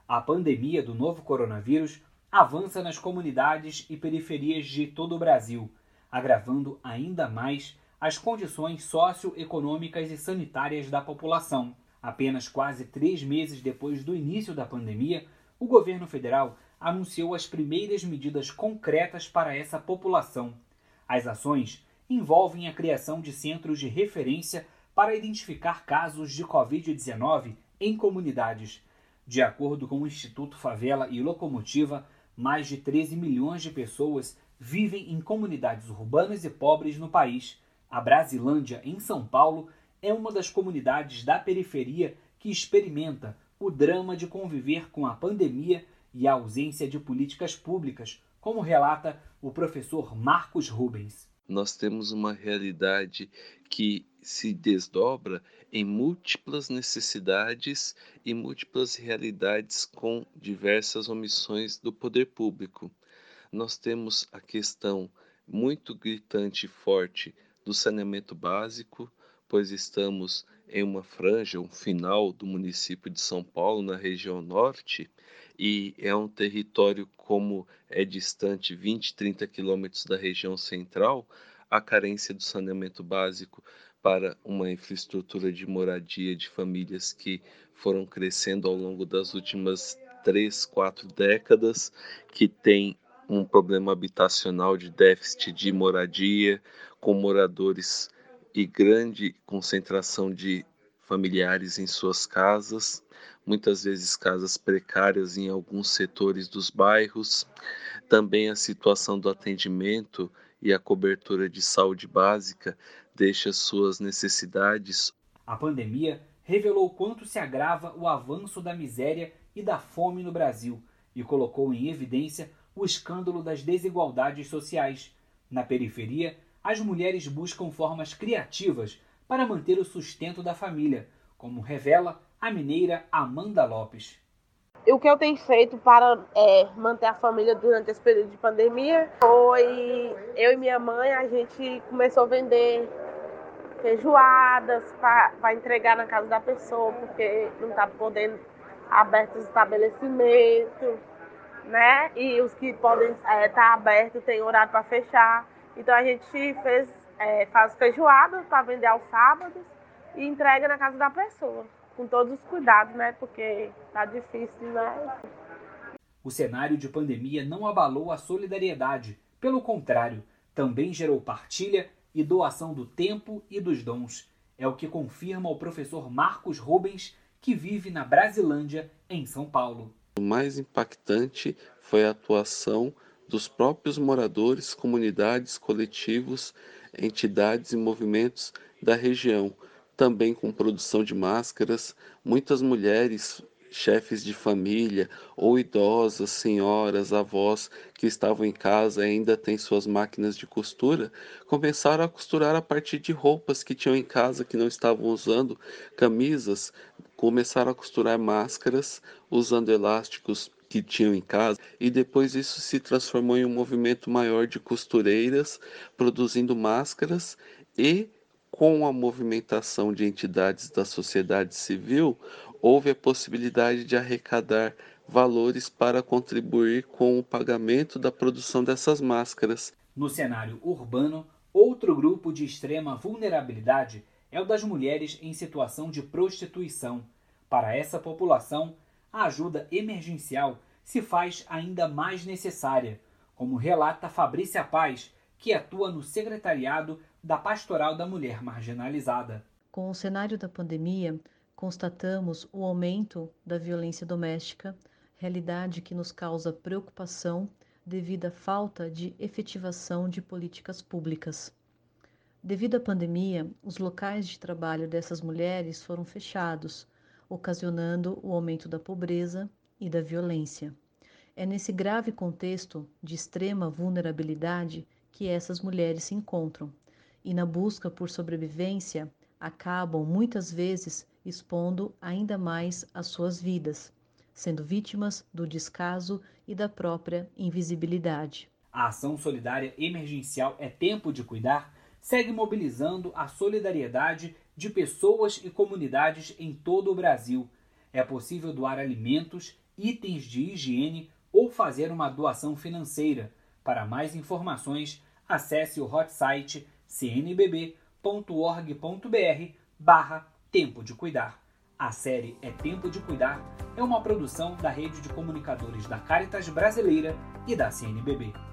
A pandemia do novo coronavírus avança nas comunidades e periferias de todo o Brasil, agravando ainda mais as condições socioeconômicas e sanitárias da população. Apenas quase 3 meses depois do início da pandemia, o governo federal anunciou as primeiras medidas concretas para essa população. As ações envolvem a criação de centros de referência para identificar casos de Covid-19 em comunidades. De acordo com o Instituto Favela e Locomotiva, mais de 13 milhões de pessoas vivem em comunidades urbanas e pobres no país. A Brasilândia, em São Paulo, é uma das comunidades da periferia que experimenta o drama de conviver com a pandemia e a ausência de políticas públicas, como relata o professor Marcos Rubens. Nós temos uma realidade que se desdobra em múltiplas necessidades e múltiplas realidades com diversas omissões do poder público. Nós temos a questão muito gritante e forte do saneamento básico, pois estamos em uma franja, um final do município de São Paulo, na região norte, e é um território como é distante 20, 30 quilômetros da região central, a carência do saneamento básico para uma infraestrutura de moradia de famílias que foram crescendo ao longo das últimas 3, 4 décadas, que tem um problema habitacional de déficit de moradia, com moradores e grande concentração de familiares em suas casas, muitas vezes casas precárias em alguns setores dos bairros. Também a situação do atendimento e a cobertura de saúde básica deixa suas necessidades. A pandemia revelou quanto se agrava o avanço da miséria e da fome no Brasil e colocou em evidência o escândalo das desigualdades sociais. Na periferia, as mulheres buscam formas criativas para manter o sustento da família, como revela a mineira Amanda Lopes. O que eu tenho feito para manter a família durante esse período de pandemia foi eu e minha mãe, a gente começou a vender feijoadas para entregar na casa da pessoa, porque não está podendo aberto os estabelecimentos, né? E os que podem estar abertos tem horário para fechar. Então a gente faz feijoada para vender aos sábados e entrega na casa da pessoa, com todos os cuidados, né? Porque tá difícil, né? O cenário de pandemia não abalou a solidariedade. Pelo contrário, também gerou partilha e doação do tempo e dos dons. É o que confirma o professor Marcos Rubens, que vive na Brasilândia, em São Paulo. O mais impactante foi a atuação dos próprios moradores, comunidades, coletivos, entidades e movimentos da região, também com produção de máscaras. Muitas mulheres, chefes de família ou idosas, senhoras, avós que estavam em casa e ainda têm suas máquinas de costura, começaram a costurar a partir de roupas que tinham em casa que não estavam usando, camisas, começaram a costurar máscaras usando elásticos que tinham em casa, e depois isso se transformou em um movimento maior de costureiras produzindo máscaras, e com a movimentação de entidades da sociedade civil, houve a possibilidade de arrecadar valores para contribuir com o pagamento da produção dessas máscaras. No cenário urbano, outro grupo de extrema vulnerabilidade é o das mulheres em situação de prostituição. Para essa população, a ajuda emergencial se faz ainda mais necessária, como relata Fabrícia Paz, que atua no secretariado da Pastoral da Mulher Marginalizada. Com o cenário da pandemia, constatamos o aumento da violência doméstica, realidade que nos causa preocupação devido à falta de efetivação de políticas públicas. Devido à pandemia, os locais de trabalho dessas mulheres foram fechados, ocasionando o aumento da pobreza e da violência. É nesse grave contexto de extrema vulnerabilidade que essas mulheres se encontram, e na busca por sobrevivência acabam muitas vezes expondo ainda mais as suas vidas, sendo vítimas do descaso e da própria invisibilidade. A ação solidária emergencial É Tempo de Cuidar segue mobilizando a solidariedade de pessoas e comunidades em todo o Brasil. É possível doar alimentos itens de higiene ou fazer uma doação financeira. Para mais informações, acesse o hot site cnbb.org.br/Tempo de Cuidar. A série É Tempo de Cuidar é uma produção da Rede de Comunicadores da Caritas Brasileira e da CNBB.